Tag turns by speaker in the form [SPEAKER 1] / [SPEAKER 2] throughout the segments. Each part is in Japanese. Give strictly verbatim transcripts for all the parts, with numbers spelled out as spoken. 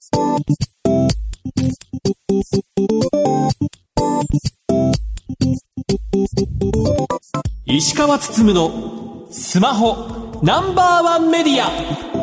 [SPEAKER 1] 石川つつむのスマホナンバーワンメディア。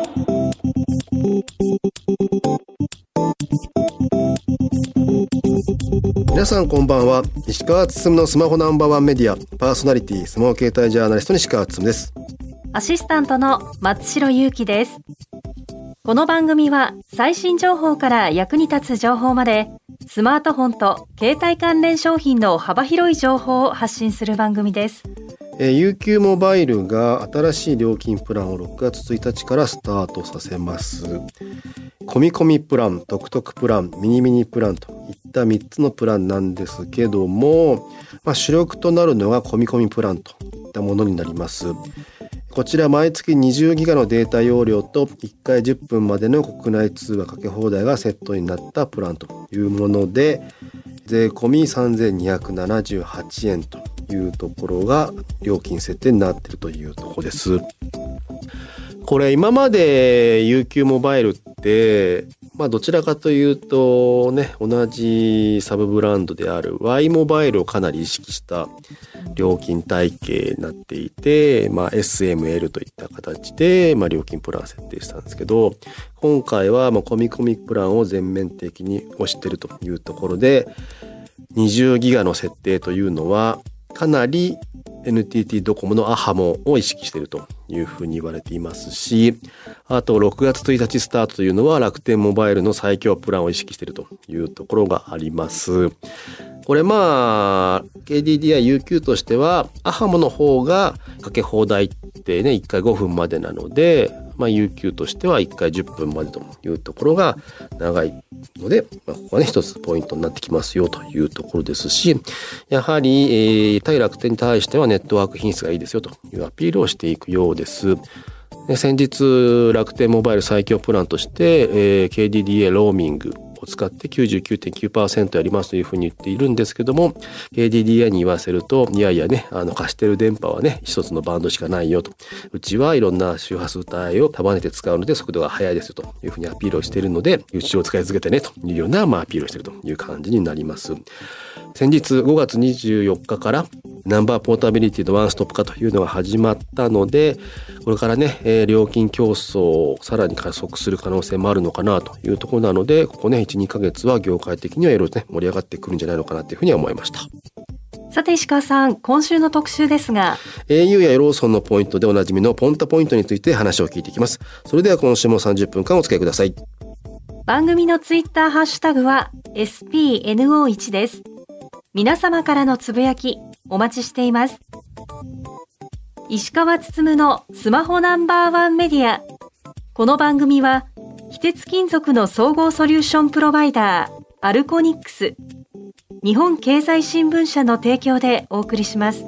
[SPEAKER 2] 皆さんこんばんは。石川つつむのスマホナンバーワンメディアパーソナリティスマホ携帯ジャーナリストの石川つつむです。
[SPEAKER 3] アシスタントの松代ゆうきです。この番組は最新情報から役に立つ情報までスマートフォンと携帯関連商品の幅広い情報を発信する番組です。
[SPEAKER 2] えー、ユーキュー モバイルが新しい料金プランをろくがつついたちからスタートさせます。込み込みプラン、トクトクプラン、ミニミニプランといったみっつのプランなんですけども、まあ、主力となるのが込み込みプランといったものになります。こちら毎月にじゅうギガのデータ容量といっかいじゅっぷんまでの国内通話かけ放題がセットになったプランというもので、税込みさんぜんにひゃくななじゅうはちえんというところが料金設定になっているというところです。これ今まで ユーキュー モバイルってまあどちらかというとね、同じサブブランドである Y モバイルをかなり意識した料金体系になっていて、まあ エスエムエル といった形でまあ料金プラン設定したんですけど、今回はまあ込み込みプランを全面的に推しているというところで、にじゅうギガの設定というのはかなり エヌティーティー ドコモのアハモを意識しているというふうに言われていますし、あとろくがつついたちスタートというのは楽天モバイルの最強プランを意識しているというところがあります。これまあ ケーディーディーアイ ユーキュー としてはアハモの方がかけ放題ってねいっかいごふんまでなので、まあ ユーキュー としてはいっかいじゅっぷんまでというところが長いので、まあ、ここはね一つポイントになってきますよというところですし、やはり、えー、対楽天に対してはネットワーク品質がいいですよというアピールをしていくようです。で先日楽天モバイル最強プランとして、えー、ケーディーディーエー ローミングを使って きゅうじゅうきゅうてんきゅうパーセント やりますというふうに言っているんですけども、 ケーディーディーアイ に言わせると、いやいやね、あの貸してる電波はね一つのバンドしかないよと、うちはいろんな周波数帯を束ねて使うので速度が速いですよというふうにアピールをしているので、うちを使い続けてねというような、まあ、アピールをしているという感じになります。先日ごがつにじゅうよっかからナンバーポータビリティのワンストップ化というのが始まったので、これからね、えー、料金競争をさらに加速する可能性もあるのかなというところなので、ここね いちにかげつは業界的にはいろいろね盛り上がってくるんじゃないのかなというふうには思いました。
[SPEAKER 3] さて石川さん、今週の特集ですが、
[SPEAKER 2] エーユー やローソンのポイントでおなじみのポンタポイントについて話を聞いていきます。それでは今週もさんじゅっぷんかんお付き合いください。
[SPEAKER 3] 番組のツイッターハッシュタグは エスピーエヌオーワン です。皆様からのつぶやきお待ちしています。石川つつむのスマホナンバーワンメディア。この番組は非鉄金属の総合ソリューションプロバイダーアルコニックス、日本経済新聞社の提供でお送りします。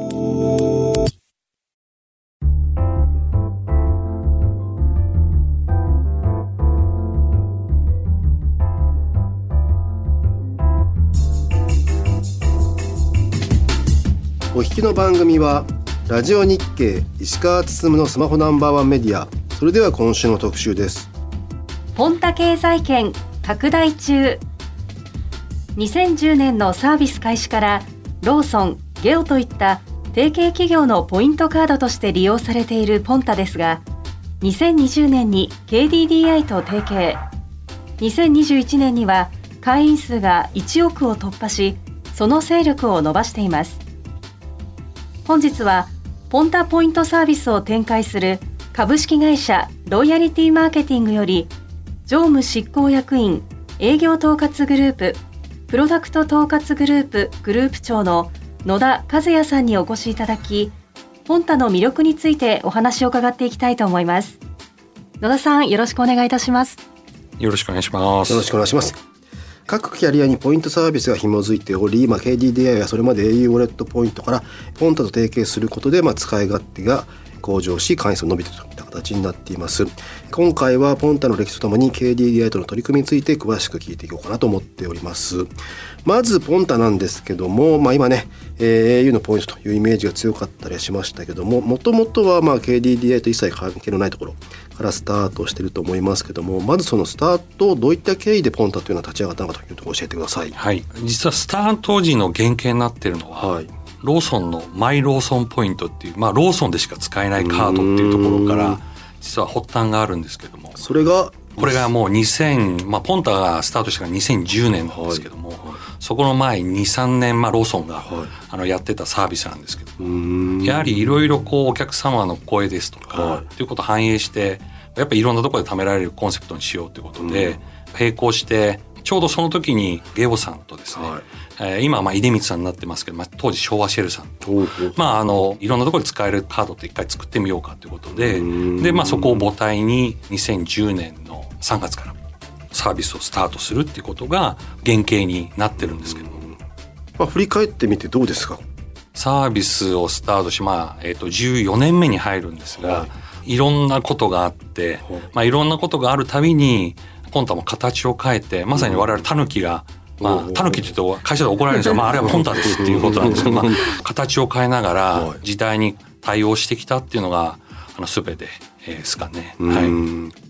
[SPEAKER 2] お聞きの番組はラジオ日経石川つつむのスマホナンバーワンメディア。それでは今週の特集です。
[SPEAKER 3] ポンタ経済圏拡大中。にせんじゅうねんのサービス開始からローソン、ゲオといった提携企業のポイントカードとして利用されているポンタですが、にせんにじゅうねんに ケーディーディーアイ と提携、にせんにじゅういちねんには会員数がいちおくを突破し、その勢力を伸ばしています。本日はポンタポイントサービスを展開する株式会社ロイヤリティマーケティングより常務執行役員営業統括グループプロダクト統括グループグループ長の野田和也さんにお越しいただき、ポンタの魅力についてお話を伺っていきたいと思います。野田さん、よろしくお願いいたします。
[SPEAKER 4] よろしくお願いします。
[SPEAKER 2] よろしくお願いします。各キャリアにポイントサービスが紐づいており、まあ、ケーディーディーアイ はそれまで エーユー ウォレットポイントからポンタと提携することで、まあ、使い勝手が向上し会員数伸びているといった形になっています。今回はポンタの歴史とともに ケーディーディーアイ との取り組みについて詳しく聞いていこうかなと思っております。まずポンタなんですけども、まあ、今ね、えー、au のポイントというイメージが強かったりはしましたけども、もともとはまあ ケーディーディーアイ と一切関係のないところからスタートしていると思いますけども、まずそのスタートどういった経緯でポンタというのは立ち上がったのかというところを教えてください。
[SPEAKER 4] はい、実はスタート時の原型になっているのは、はい、ローソンのマイローソンポイントっていう、まあ、ローソンでしか使えないカードっていうところから実は発端があるんですけども、
[SPEAKER 2] それが
[SPEAKER 4] これがもうにせん、まあ、ポンタがスタートしたのがにせんじゅうねんなんですけども、はいはい、そこの前に、さんねん、まあ、ローソンが、はい、あのやってたサービスなんですけども、やはりいろいろこうお客様の声ですとか、はい、っていうことを反映してやっぱりいろんなところで貯められるコンセプトにしようということで並行してちょうどその時にゲオさんとですね、はい、えー、今はまあ出光さんになってますけど、まあ、当時昭和シェルさんと、まあ、あのいろんなところで使えるカードって一回作ってみようかということで、で、まあ、そこを母体ににせんじゅうねんのさんがつからサービスをスタートするっていうことが原型になってるんですけども、
[SPEAKER 2] まあ、振り返ってみてどうですか？
[SPEAKER 4] サービスをスタートし、まあえー、とじゅうよねんめに入るんですが、はい、いろんなことがあって、はい、まあ、いろんなことがあるたびにポンタも形を変えて、まさに我々タヌキが、まあ、タヌキって言うと会社で怒られるんですが、まあ、あれはポンタですっていうことなんですけど、まあ、形を変えながら時代に対応してきたっていうのがあの全てですかね。はい、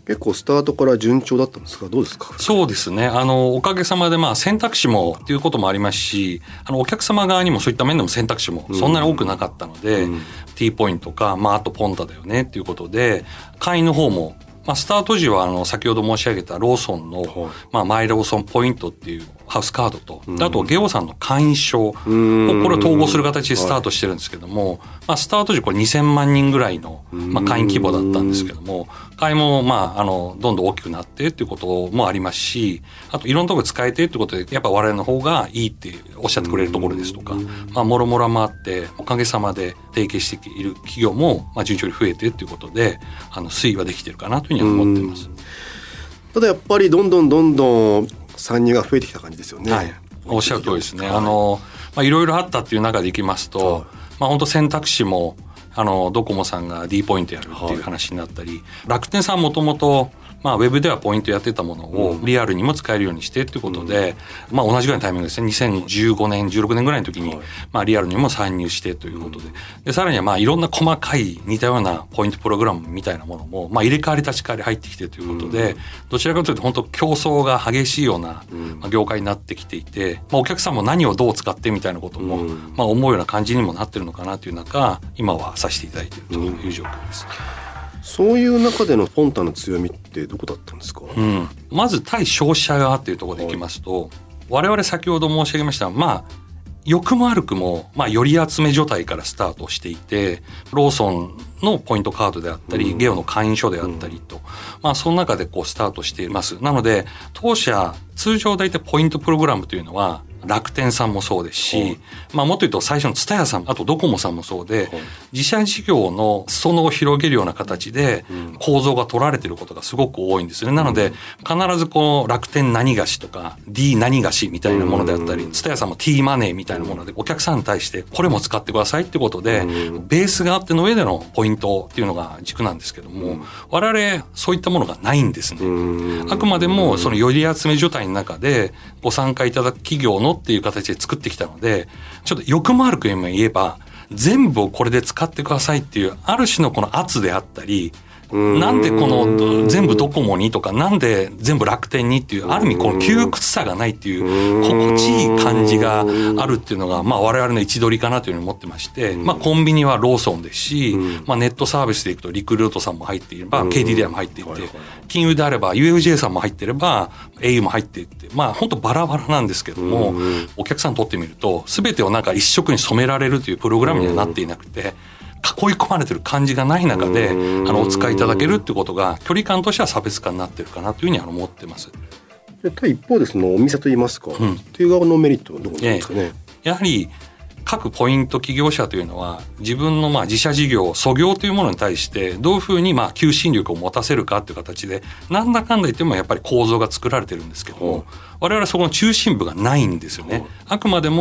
[SPEAKER 2] 結構スタートから順調だったんですか？どうですか？
[SPEAKER 4] そうですね、あのおかげさまでまあ選択肢もっていうこともありますし、あのお客様側にもそういった面でも選択肢もそんなに多くなかったので、うん、T ポイントか、まあ、あとポンタだよねっていうことで会員の方も、まあ、スタート時はあの先ほど申し上げたローソンの、はい、まあ、マイローソンポイントっていうハウスカードと、うん、あとゲオさんの会員証をこれを統合する形でスタートしてるんですけども、はい、まあ、スタート時これにせんまんにんぐらいの、まあ、会員規模だったんですけども、会員もまああのどんどん大きくなってっていうこともありますし、あといろんなところで使えてっていうことでやっぱ我々の方がいいっておっしゃってくれるところですとか、まあ、もろもろもあっておかげさまで提携している企業もまあ順調に増えてっていうことであの推移はできてるかなというふうに思っています。
[SPEAKER 2] ただやっぱりどんどんどんどん参入が増えてきた感じですよね。
[SPEAKER 4] はい、おっしゃる通りですね。あの、まあ、いろいろあったっていう中でいきますと、はい、まあ、本当選択肢もあのドコモさんが D ポイントやるっていう話になったり、はい、楽天さんもともとまあ、ウェブではポイントやってたものをリアルにも使えるようにしてっていうことで、うん、まあ、同じぐらいのタイミングですね、にせんじゅうごねんじゅうろくねんぐらいの時に、はい、まあ、リアルにも参入してということで、でさらにはまあいろんな細かい似たようなポイントプログラムみたいなものも、まあ、入れ替わり立ち替わり入ってきてということで、うん、どちらかというと本当競争が激しいような、まあ、業界になってきていて、まあ、お客さんも何をどう使ってみたいなことも、うん、まあ、思うような感じにもなってるのかなという中今はさせていただいているという状況です。うん、
[SPEAKER 2] そういう中でのポンタの強みってどこだったんですか？
[SPEAKER 4] うん、まず対消費者側っていうところでいきますと、はい、我々先ほど申し上げましたまあ良くも悪くも、まあ、より集め状態からスタートしていて、ローソンのポイントカードであったり、うん、ゲオの会員証であったりと、うん、まあ、その中でこうスタートしています。なので当社通常大体ポイントプログラムというのは楽天さんもそうですし、はい、まあ、もっと言うと最初のTSUTAYAさん、あとドコモさんもそうで、はい、自社事業の裾野を広げるような形で構造が取られていることがすごく多いんですね。なので必ずこの楽天何菓子とか D 何菓子みたいなものであったり、TSUTAYAさんも T マネーみたいなものでお客さんに対してこれも使ってくださいってことで、ベースがあっての上でのポイントっていうのが軸なんですけども、我々そういったものがないんですね。あくまでもそのより集め状態の中でご参加いただく企業のっていう形で作ってきたので、ちょっと欲も悪く言えば全部をこれで使ってくださいっていうある種のこの圧であったり、なんでこの全部ドコモにとかなんで全部楽天にっていうある意味この窮屈さがないっていう心地いい感じがあるっていうのがまあ我々の位置取りかなというふうに思ってまして、まあコンビニはローソンですし、まあネットサービスでいくとリクルートさんも入っていれば ケーディーディーアイ も入っていて、金融であれば ユーエフジェー さんも入っていれば エーユー も入っていって、まあ本当バラバラなんですけども、お客さんにとってみると全てをなんか一色に染められるというプログラムにはなっていなくて、囲い込まれてる感じがない中であのお使いいただけるってことが距離感としては差別化になってるかなというふうに思ってます。
[SPEAKER 2] 一方でそのお店といいますか、うん、っていう側のメリットはどこなんですかね。
[SPEAKER 4] やはり各ポイント企業者というのは自分のまあ自社事業創業というものに対してどういうふうにまあ求心力を持たせるかという形でなんだかんだ言ってもやっぱり構造が作られてるんですけども、我々はそこの中心部がないんですよね。あくまでも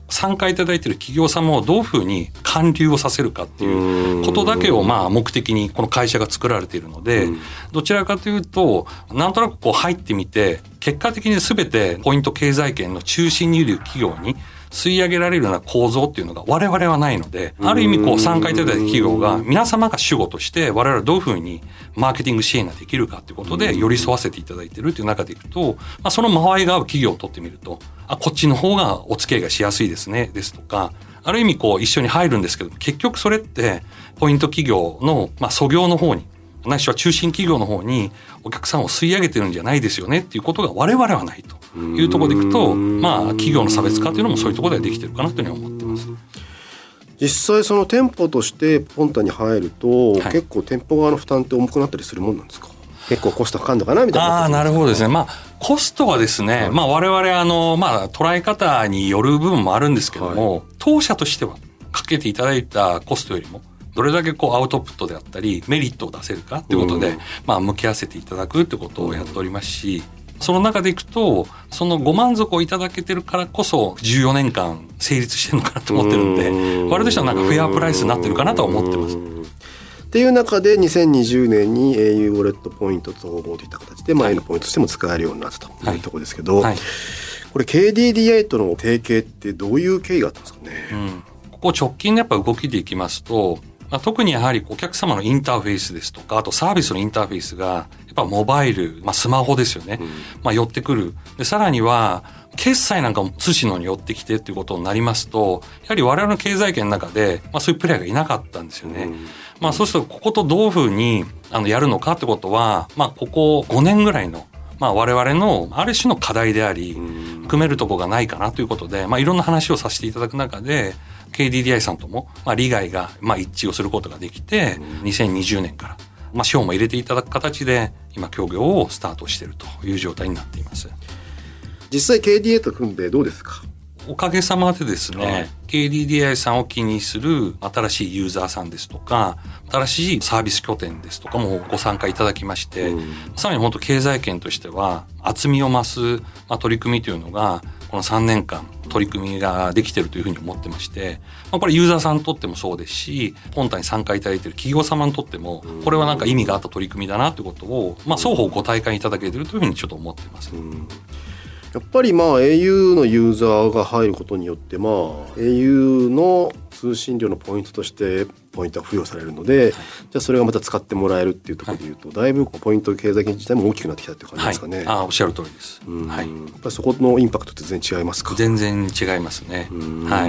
[SPEAKER 4] 参加いただいている企業様をどういうふうに還流をさせるかっていうことだけをまあ目的にこの会社が作られているので、どちらかというとなんとなくこう入ってみて結果的に全てポイント経済圏の中心にいる企業に吸い上げられるような構造っていうのが我々はないので、ある意味こう参加いただいた企業が皆様が主語として我々はどういうふうにマーケティング支援ができるかっていうことで寄り添わせていただいているという中でいくと、まあ、その間合いが合う企業を取ってみると、あ、こっちの方がお付き合いがしやすいですねですとか、ある意味こう一緒に入るんですけど、結局それってポイント企業のまあ素業の方にないしは中心企業の方にお客さんを吸い上げてるんじゃないですよねっていうことが我々はないというところでいくと、まあ企業の差別化というのもそういうところではできてるかなというふうに思ってます。
[SPEAKER 2] 実際その店舗としてポンタに入ると、はい、結構店舗側の負担って重くなったりするもんなんですか？結構コストかかるのかなみたいな。
[SPEAKER 4] ああ、なるほどですね。まあコストはですね、はい、まあ我々あのまあ捉え方による部分もあるんですけども、はい、当社としてはかけていただいたコストよりもどれだけこうアウトプットであったりメリットを出せるかということで、まあ向き合わせていただくということをやっておりますし、その中でいくとそのご満足をいただけてるからこそじゅうよねんかん成立してるのかなと思ってるので、我々としてはなんかフェアプライスになってるかなと思ってます。
[SPEAKER 2] っていう中でにせんにじゅうねんに エーユー ウォレットポイント統合といった形で前のポイントとしても使えるようになったというところですけど、はいはい、これ ケーディーディーアイ との提携ってどういう経緯があったんですかね？
[SPEAKER 4] うん、ここ直近のやっぱ動きでいきますと、まあ、特にやはりお客様のインターフェースですとか、あとサービスのインターフェースがやっぱモバイル、まあ、スマホですよね、うん、まあ、寄ってくる。でさらには決済なんかも通信のに寄ってきてっていうことになりますと、やはり我々の経済圏の中で、まあ、そういうプレイヤーがいなかったんですよね、うん、まあ、そうするとこことどういうふうにあのやるのかってことは、まあ、ここごねんぐらいのまあ、我々のある種の課題であり、組めるとこがないかなということで、まあ、いろんな話をさせていただく中で ケーディーディーアイ さんともまあ利害がまあ一致をすることができて、にせんにじゅうねんからまあ賞も入れていただく形で今協業をスタートしているという状態になっています。
[SPEAKER 2] 実際 ケーディーエー と組んでどうですか？
[SPEAKER 4] おかげさまでですね、はい、ケーディーディーアイ さんを気にする新しいユーザーさんですとか、新しいサービス拠点ですとかもご参加いただきまして、うん、さらに本当経済圏としては厚みを増す、まあ、取り組みというのがこのさんねんかん取り組みができているというふうに思ってまして、まあ、これユーザーさんにとってもそうですし、ポンタに参加いただいている企業様にとってもこれはなんか意味があった取り組みだなということを、まあ、双方ご体感いただけているというふうにちょっと思っています。うん、
[SPEAKER 2] やっぱりまあ エーユー のユーザーが入ることによってまあ エーユー の通信料のポイントとしてポイントが付与されるので、はい、じゃあそれがまた使ってもらえるっていうところでいうと、はい、だいぶポイント経済圏自体も大きくなってきたっていう感じですかね。はい、
[SPEAKER 4] あ、おっしゃる通りです。はい、や
[SPEAKER 2] っぱりそこのインパクトって全然違いますか？
[SPEAKER 4] 全然違いますね。はい。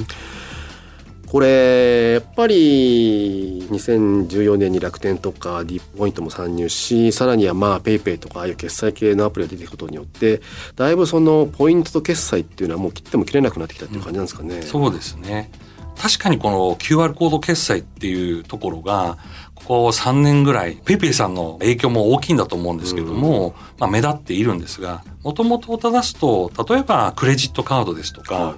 [SPEAKER 2] これやっぱりにせんじゅうよねんに楽天とか D ポイントも参入し、さらにはまあ PayPay とかああいう決済系のアプリが出てくることによってだいぶそのポイントと決済っていうのはもう切っても切れなくなってきたっていう感じなんですかね。うん、
[SPEAKER 4] そうですね。確かにこの キューアール コード決済っていうところがここさんねんぐらい PayPay さんの影響も大きいんだと思うんですけれども、うん、まあ、目立っているんですが、もともとを正すと例えばクレジットカードですとか、はい、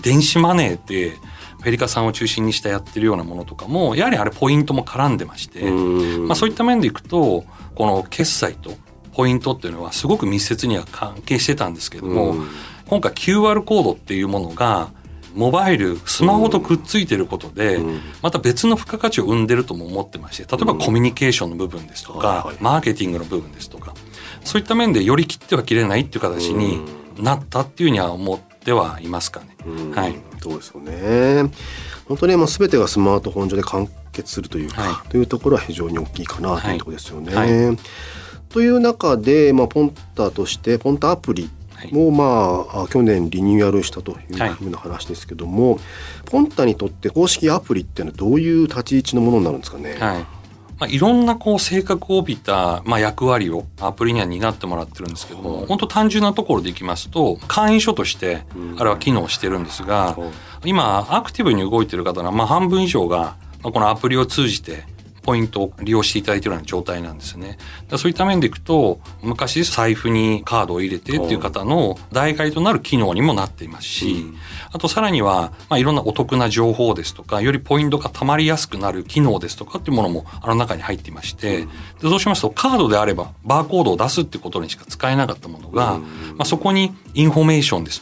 [SPEAKER 4] 電子マネーってフェリカさんを中心にしてやってるようなものとかもやはりあれポイントも絡んでまして、まあ、そういった面でいくとこの決済とポイントっていうのはすごく密接には関係してたんですけども、今回 キューアール コードっていうものがモバイルスマホとくっついてることでまた別の付加価値を生んでるとも思ってまして、例えばコミュニケーションの部分ですとかマーケティングの部分ですとか、そういった面でより切っては切れないっていう形になったっていうには思ってはいますかね。はい、
[SPEAKER 2] そうですよね。本当にもう全てがスマートフォン上で完結するというか、はい、というところは非常に大きいかなというところですよね。はいはい、という中で、まあ、ポンタとしてポンタアプリも、まあ、去年リニューアルしたというふうな話ですけども、はい、ポンタにとって公式アプリっていうのはどういう立ち位置のものになるんですかね。
[SPEAKER 4] はい、まあ、いろんなこう性格を帯びた、まあ、役割をアプリには担ってもらってるんですけども、本当単純なところでいきますと会員書としてあれは機能してるんですが、今アクティブに動いてる方のまあ半分以上がこのアプリを通じてポイントを利用していただいているような状態なんですね。だそういった面でいくと昔財布にカードを入れてっていう方の代替となる機能にもなっていますし、うん、あとさらには、まあ、いろんなお得な情報ですとかよりポイントが貯まりやすくなる機能ですとかっていうものもあの中に入っていまして、うん、でそうしますとカードであればバーコードを出すっていうことにしか使えなかったものが、うん、まあ、そこにインフォメーションですとか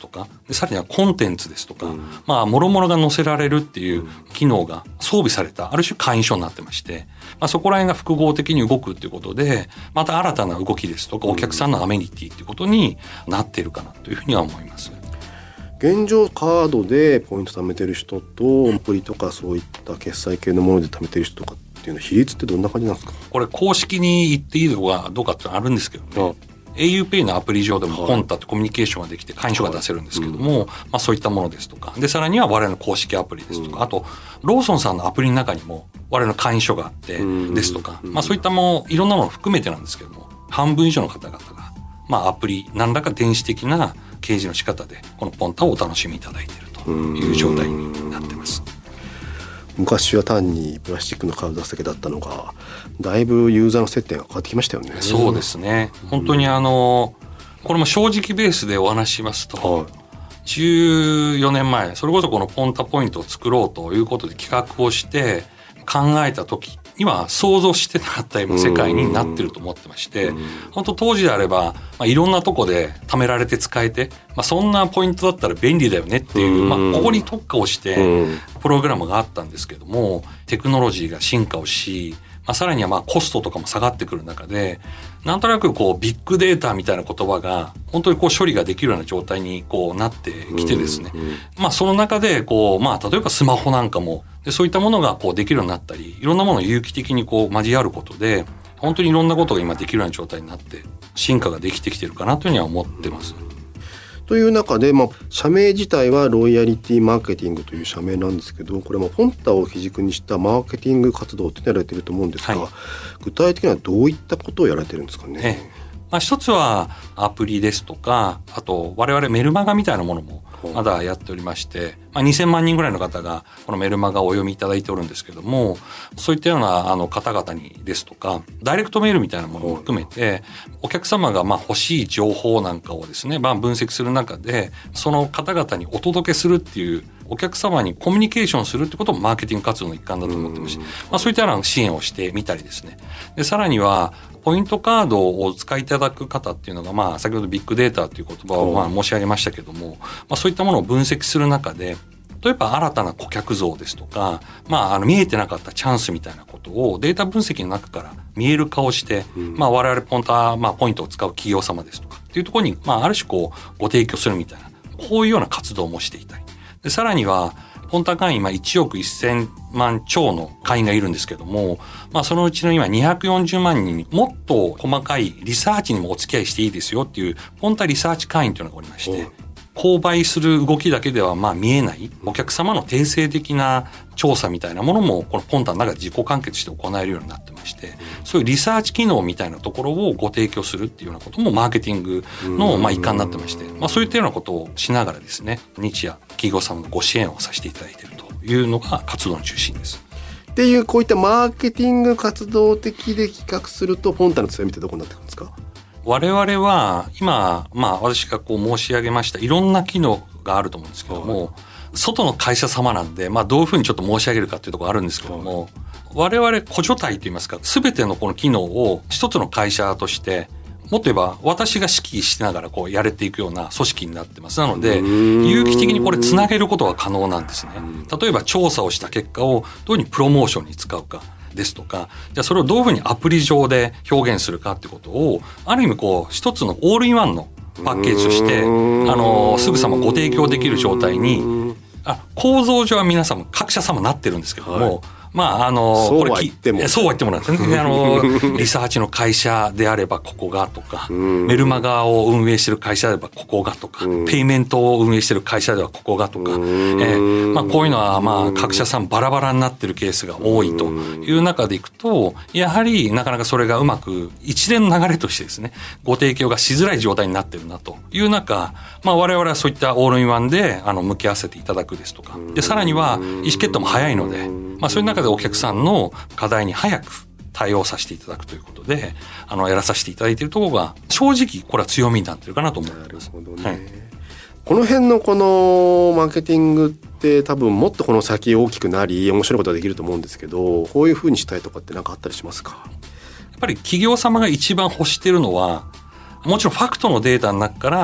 [SPEAKER 4] さらにはコンテンツですとか、
[SPEAKER 2] うん、
[SPEAKER 4] まあ、もろもろが載せられるっていう機能が装備された、ある種会員証になってまして、まあ、そこら辺が複合的に動くっていうことで、また新たな動きですとか、お客さんのアメニティっていうことになっているかなというふうには思います。
[SPEAKER 2] 現状カードでポイント貯めてる人と、アプリとかそういった決済系のもので貯めてる人とかっていうの比率ってどんな感じなんですか？こ
[SPEAKER 4] れ公式に言っていいのかどうかってあるんですけどね。auPay のアプリ上でもポンタってコミュニケーションができて会員証が出せるんですけども、はいうんまあ、そういったものですとかでさらには我々の公式アプリですとか、うん、あとローソンさんのアプリの中にも我々の会員証があってですとか、うんまあ、そういったもいろんなものを含めてなんですけども半分以上の方々が、まあ、アプリ何らか電子的な掲示の仕方でこのポンタをお楽しみいただいているという状態になってます。
[SPEAKER 2] 昔は単にプラスチックのカード出すだけだったのがだいぶユーザーの接点が変わってきましたよね。
[SPEAKER 4] そうですね。本当にあのこれも正直ベースでお話ししますと、はい、じゅうよねんまえそれこそこのポンタポイントを作ろうということで企画をして考えた時には想像してなかった今世界になってると思ってまして本当当時であれば、まあ、いろんなとこで貯められて使えて、まあ、そんなポイントだったら便利だよねっていう、まあ、ここに特化をしてプログラムがあったんですけどもテクノロジーが進化をしまあ、さらにはまあコストとかも下がってくる中でなんとなくこうビッグデータみたいな言葉が本当にこう処理ができるような状態にこうなってきてですね、まあその中でこうまあ例えばスマホなんかもでそういったものがこうできるようになったりいろんなものを有機的にこう交わることで本当にいろんなことが今できるような状態になって進化ができてきてるかなというふうには思ってます。
[SPEAKER 2] という中で、まあ、社名自体はロイヤリティマーケティングという社名なんですけどこれもポンタを基軸にしたマーケティング活動ってやられていると思うんですが、はい、具体的にはどういったことをやられてるんですかね。
[SPEAKER 4] まあ、一つはアプリですとかあと我々メルマガみたいなものもまだやっておりまして、まあ、にせんまんにんぐらいの方がこのメルマガをお読みいただいておるんですけどもそういったようなあの方々にですとかダイレクトメールみたいなものも含めてお客様がまあ欲しい情報なんかをですね、まあ、分析する中でその方々にお届けするっていうお客様にコミュニケーションするってこともマーケティング活動の一環だと思ってますし、まあ、そういったような支援をしてみたりですねでさらにはポイントカードをお使いいただく方っていうのが、まあ、先ほどビッグデータという言葉をまあ申し上げましたけども、まあ、そういったものを分析する中で例えば新たな顧客像ですとか、まあ、あの見えてなかったチャンスみたいなことをデータ分析の中から見える化をして、うんまあ、我々ポンタ、まあ、ポイントを使う企業様ですとかっていうところに、まあ、ある種こうご提供するみたいなこういうような活動もしていたりでさらにはポンタ会員今いちおくせんまん超の会員がいるんですけども、まあそのうちの今にひゃくよんじゅうまんにんにもっと細かいリサーチにもお付き合いしていいですよっていうポンタリサーチ会員というのがおりまして、購買する動きだけではまあ見えないお客様の定性的な調査みたいなものもこのポンタの中で自己完結して行えるようになってましてそういうリサーチ機能みたいなところをご提供するっていうようなこともマーケティングのまあ一環になってましてまあそういったようなことをしながらですね日夜企業様のご支援をさせていただいているというのが活動の中心です。
[SPEAKER 2] っていうこういったマーケティング活動的で企画するとポンタの強みってどこになってくるんですか？
[SPEAKER 4] 我々は今、まあ、私がこう申し上げましたいろんな機能があると思うんですけども、はい、外の会社様なんで、まあ、どういうふうにちょっと申し上げるかっていうところあるんですけども、はい、我々互助体といいますか全てのこの機能を一つの会社としてもっと言えば私が指揮しながらこうやれていくような組織になってます。なので有機的にこれつなげることは可能なんですね。例えば調査をした結果をどういうふうにプロモーションに使うかですとかじゃあそれをどういうふうにアプリ上で表現するかってことをある意味こう一つのオールインワンのパッケージとしてあのすぐさまご提供できる状態にあ構造上は皆さんも各社様なってるんですけども、はいまああの
[SPEAKER 2] そうは言っても
[SPEAKER 4] そうは言ってもなんですねあのリサーチの会社であればここがとかメルマガを運営してる会社であればここがとかペイメントを運営してる会社ではここがとかえーまあこういうのはまあ各社さんバラバラになってるケースが多いという中でいくとやはりなかなかそれがうまく一連の流れとしてですねご提供がしづらい状態になってるなという中まあ我々はそういったオールインワンであの向き合わせていただくですとかでさらには意思決定も早いのでまあそういう中でお客さんの課題に早く対応させていただくということであのやらさせていただいているところが正直これは強みになっているかなと思います。なるほどね、はい、
[SPEAKER 2] この辺のこのマーケティングって多分もっとこの先大きくなり面白いことができると思うんですけどこういうふうにしたいとかって何かあったりしますか？
[SPEAKER 4] やっぱり企業様が一番欲しているのはもちろんファクトのデータの中から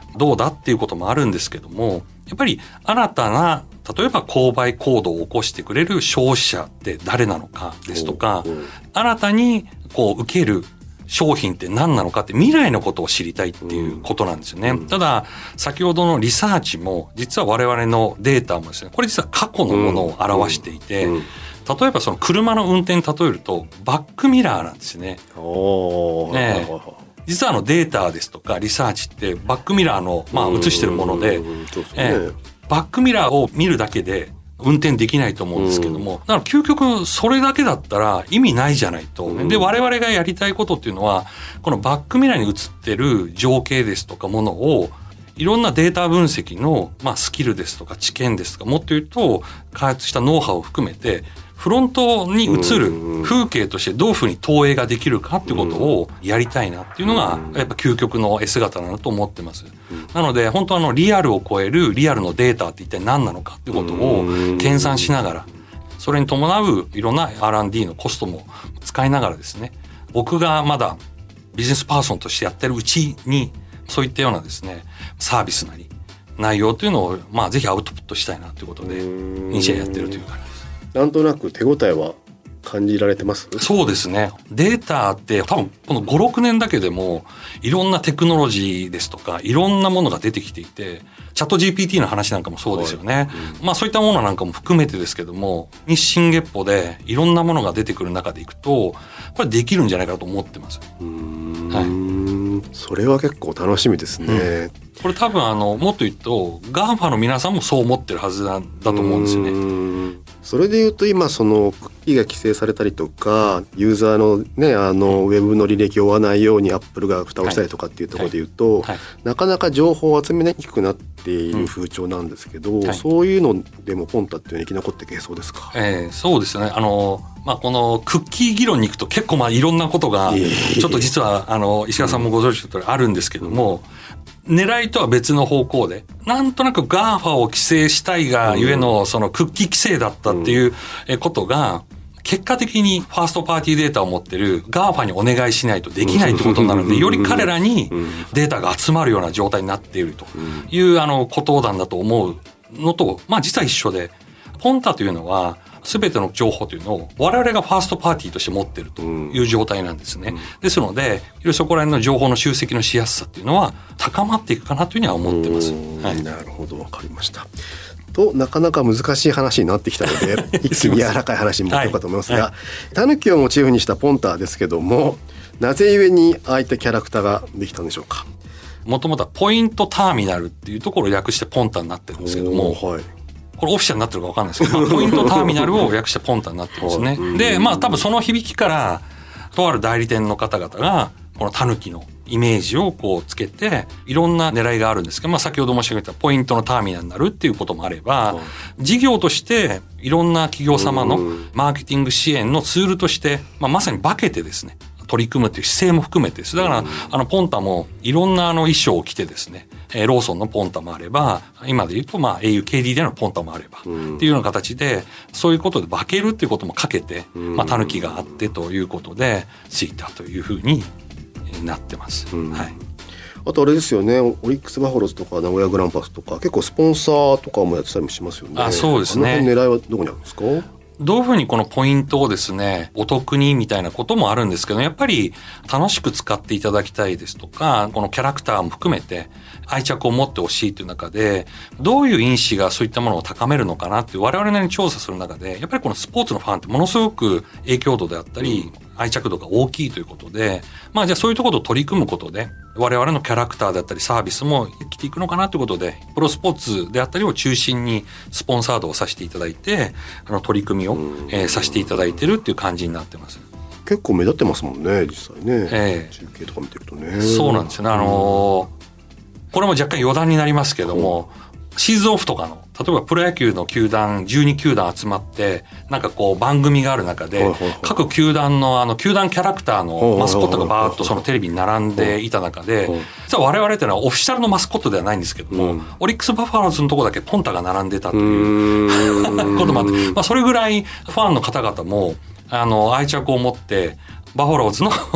[SPEAKER 4] どうだっていうこともあるんですけども、やっぱり新たな例えば購買行動を起こしてくれる消費者って誰なのかですとか、新たにこう受ける商品って何なのかって未来のことを知りたいっていうことなんですよね。ただ先ほどのリサーチも実は我々のデータもですね、これ実は過去のものを表していて、例えばその車の運転に例えるとバックミラーなんですね。
[SPEAKER 2] おー、
[SPEAKER 4] ねえ、実はあのデータですとかリサーチってバックミラーのまあ映してるもので、ええ、バックミラーを見るだけで運転できないと思うんですけども、だから究極それだけだったら意味ないじゃないと。で、我々がやりたいことっていうのは、このバックミラーに映ってる情景ですとかものをいろんなデータ分析のまあスキルですとか知見ですとか、もっと言うと開発したノウハウを含めてフロントに映る風景としてどういうふうに投影ができるかっていうことをやりたいなっていうのがやっぱ究極の S 型だなと思ってます。なので本当あのリアルを超えるリアルのデータって一体何なのかっていうことを計算しながら、それに伴ういろんな アールアンドディー のコストも使いながらですね、僕がまだビジネスパーソンとしてやってるうちにそういったようなですねサービスなり内容というのをまあぜひアウトプットしたいなということでに社やってるという感じです。
[SPEAKER 2] なんとなく手応えは感じられてます？
[SPEAKER 4] そうですね。データって多分このご、ろくねんだけでもいろんなテクノロジーですとかいろんなものが出てきていて、チャット ジーピーティー の話なんかもそうですよね。はいうん、まあそういったものなんかも含めてですけども、日進月歩でいろんなものが出てくる中でいくと、これできるんじゃないかと思ってます。
[SPEAKER 2] うーん、はい、それは結構楽しみですね。うん
[SPEAKER 4] これ多分あのもっと言うと ガーファ の皆さんもそう思ってるはずだと思うんですよね。
[SPEAKER 2] うんそれでいうと今そのクッキーが規制されたりとかユーザーのねあのウェブの履歴を追わないようにアップルが蓋をしたりとかっていうところでいうと、はいはいはい、なかなか情報を集めにくくなっている風潮なんですけど、うんはい、そういうのでもポンタっていうのは生き残っていけそうですか？
[SPEAKER 4] えー、そうですね。あのまあ、このクッキー議論に行くと結構まあいろんなことがちょっと実はあの石川さんもご存知の通りあるんですけども、狙いとは別の方向でなんとなく ガーファ を規制したいがゆえのそのクッキー規制だったっていうことが結果的にファーストパーティーデータを持ってる ガーファ にお願いしないとできないってことなので、より彼らにデータが集まるような状態になっているというあのことなんだと思うのと、まあ実は一緒で、ポンタというのは全ての情報というのを我々がファーストパーティーとして持っているという状態なんですね。ですので、そこら辺の情報の集積のしやすさっていうのは高まっていくかなというふうには思ってます。はい、
[SPEAKER 2] なるほど、わかりました。となかなか難しい話になってきたので一気に柔らかい話に持っていこうかと思いますが、タヌキをモチーフにしたポンタですけども、なぜゆえにああいったキャラクターができたんでしょうか？
[SPEAKER 4] もともとはポイントターミナルっていうところを略してポンタになってるんですけども、はい、これオフィシャルになってるか分かんないですけどポイントターミナルを略してポンタになってるんですね。はい、でまあ多分その響きからとある代理店の方々がこのタヌキのイメージをこうつけていろんな狙いがあるんですけど、まあ、先ほど申し上げたポイントのターミナルになるっていうこともあれば、事業としていろんな企業様のマーケティング支援のツールとして、まあ、まさに化けてですね取り組むっていう姿勢も含めてです。だからあのポンタもいろんなあの衣装を着てですね、えー、ローソンのポンタもあれば今で言うとまあ エーユー ケーディー でのポンタもあればっていうような形でそういうことで化けるっていうこともかけてまあタヌキがあってということでついたというふうになってます。はい。
[SPEAKER 2] あとあれですよね、オリックスバファローズとか名古屋グランパスとか結構スポンサーとかもやってたりもしますよね。
[SPEAKER 4] あ、そうですね。
[SPEAKER 2] あの辺狙いはどこにあるんですか？
[SPEAKER 4] どういうふうにこのポイントをですねお得にみたいなこともあるんですけど、やっぱり楽しく使っていただきたいですとか、このキャラクターも含めて愛着を持ってほしいという中でどういう因子がそういったものを高めるのかなって我々なりに調査する中で、やっぱりこのスポーツのファンってものすごく影響度であったり、うん愛着度が大きいということで、まあじゃあそういうところを取り組むことで我々のキャラクターであったりサービスも生きていくのかなということで、プロスポーツであったりを中心にスポンサードをさせていただいて、あの取り組みを、えー、させていただいてるっていう感じになってます。
[SPEAKER 2] 結構目立ってますもんね実際ね、
[SPEAKER 4] えー、
[SPEAKER 2] 中継とか見てるとね。
[SPEAKER 4] そうなんですよね。あのー、これも若干余談になりますけども、シーズンオフとかの例えばプロ野球の球団じゅうに球団集まってなんかこう番組がある中で各球団のあの球団キャラクターのマスコットがバーッとそのテレビに並んでいた中で、実は我々っていうのはオフィシャルのマスコットではないんですけども、オリックスバファローズのとこだけポンタが並んでたということもあって、まあそれぐらいファンの方々もあの愛着を持ってバファローズの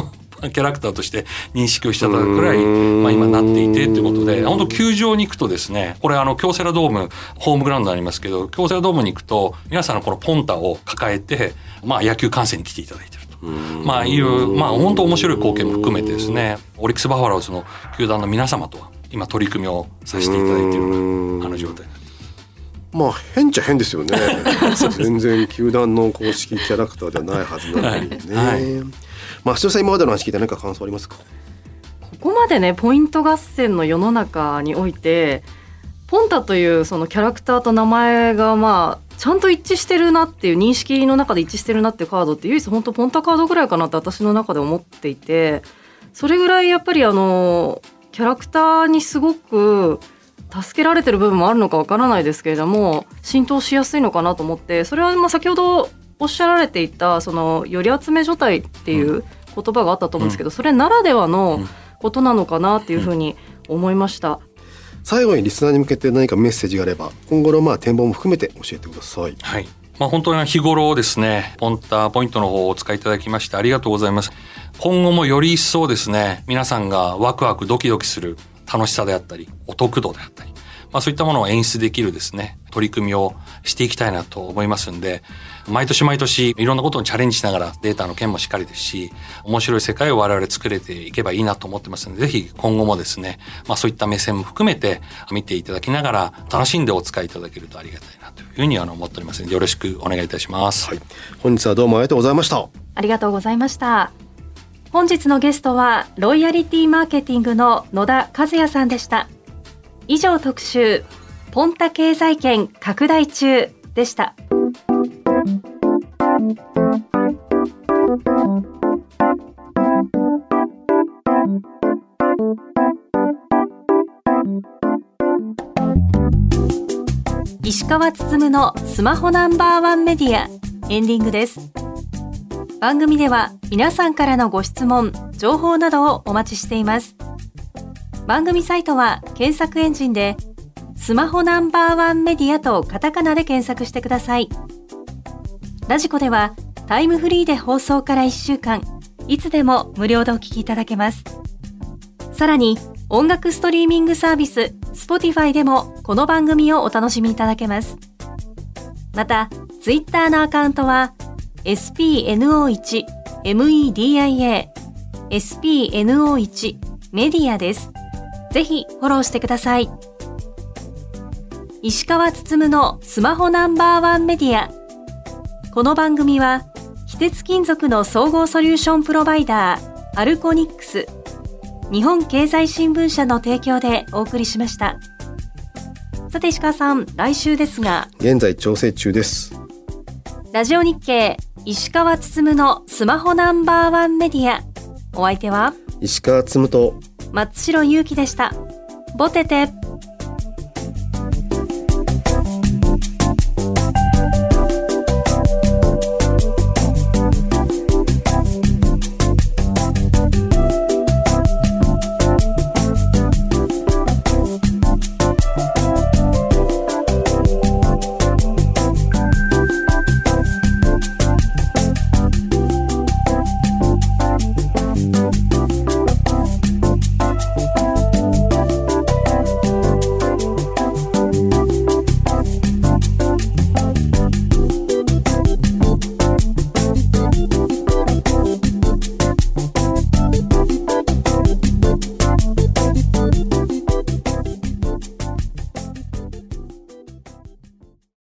[SPEAKER 4] キャラクターとして認識をしていただくくらい、まあ、今なっていてということで、本当球場に行くとですね、これあの京セラドームホームグラウンドにありますけど、京セラドームに行くと皆さんのこのポンタを抱えて、まあ、野球観戦に来ていただいていると、まあいう、まあ、本当面白い光景も含めてですね、オリックスバファローズの球団の皆様とは今取り組みをさせていただいているようなあの状態。
[SPEAKER 2] まあ変っちゃ変ですよね全然球団の公式キャラクターではないはずなのにね、はいはい、まあ視聴者今までの話聞いて何か感想ありますか？
[SPEAKER 3] ここまでねポイント合戦の世の中においてポンタというそのキャラクターと名前がまあちゃんと一致してるなっていう認識の中で一致してるなっていうカードって唯一本当ポンタカードぐらいかなって私の中で思っていて、それぐらいやっぱりあのキャラクターにすごく助けられてる部分もあるのかわからないですけれども浸透しやすいのかなと思って、それはまあ先ほどおっしゃられていたそのより集め所帯っていう言葉があったと思うんですけど、それならではのことなのかなっていうふうに思いました。
[SPEAKER 2] 最後にリスナーに向けて何かメッセージがあれば今後のまあ展望も含めて教えてください。
[SPEAKER 4] はい、まあ、本当に日頃ですねポンタポイントの方をお使いいただきましてありがとうございます。今後もより一層ですね皆さんがワクワクドキドキする楽しさであったりお得度であったり、まあ、そういったものを演出できるですね取り組みをしていきたいなと思いますんで、毎年毎年いろんなことにチャレンジしながらデータの件もしっかりですし面白い世界を我々作れていけばいいなと思ってますので、ぜひ今後もですね、まあ、そういった目線も含めて見ていただきながら楽しんでお使いいただけるとありがたいなというふうに思っておりますのでよろしくお願いいたします、
[SPEAKER 2] はい、本日はどうもありがとうございました。
[SPEAKER 3] ありがとうございました。本日のゲストはロイヤリティマーケティングの野田和也さんでした。以上特集ポンタ経済圏拡大中でした。石川つつむのスマホナンバーワンメディアエンディングです。番組では皆さんからのご質問情報などをお待ちしています。番組サイトは検索エンジンでスマホナンバーワンメディアとカタカナで検索してください。ラジコではタイムフリーで放送からいっしゅうかんいつでも無料でお聞きいただけます。さらに音楽ストリーミングサービス Spotify でもこの番組をお楽しみいただけます。またツイッターのアカウントは エスピーエヌオーワン メディア エスピーエヌオーワン メディアです。ぜひフォローしてください。石川つつむのスマホナンバーワンメディア。この番組は非鉄金属の総合ソリューションプロバイダーアルコニックス、日本経済新聞社の提供でお送りしました。さて石川さん、来週ですが
[SPEAKER 2] 現在調整中です。
[SPEAKER 3] ラジオ日経石川つつむのスマホナンバーワンメディア、お相手は
[SPEAKER 2] 石川つむと
[SPEAKER 3] 松代ゆうきでした。ボテテ。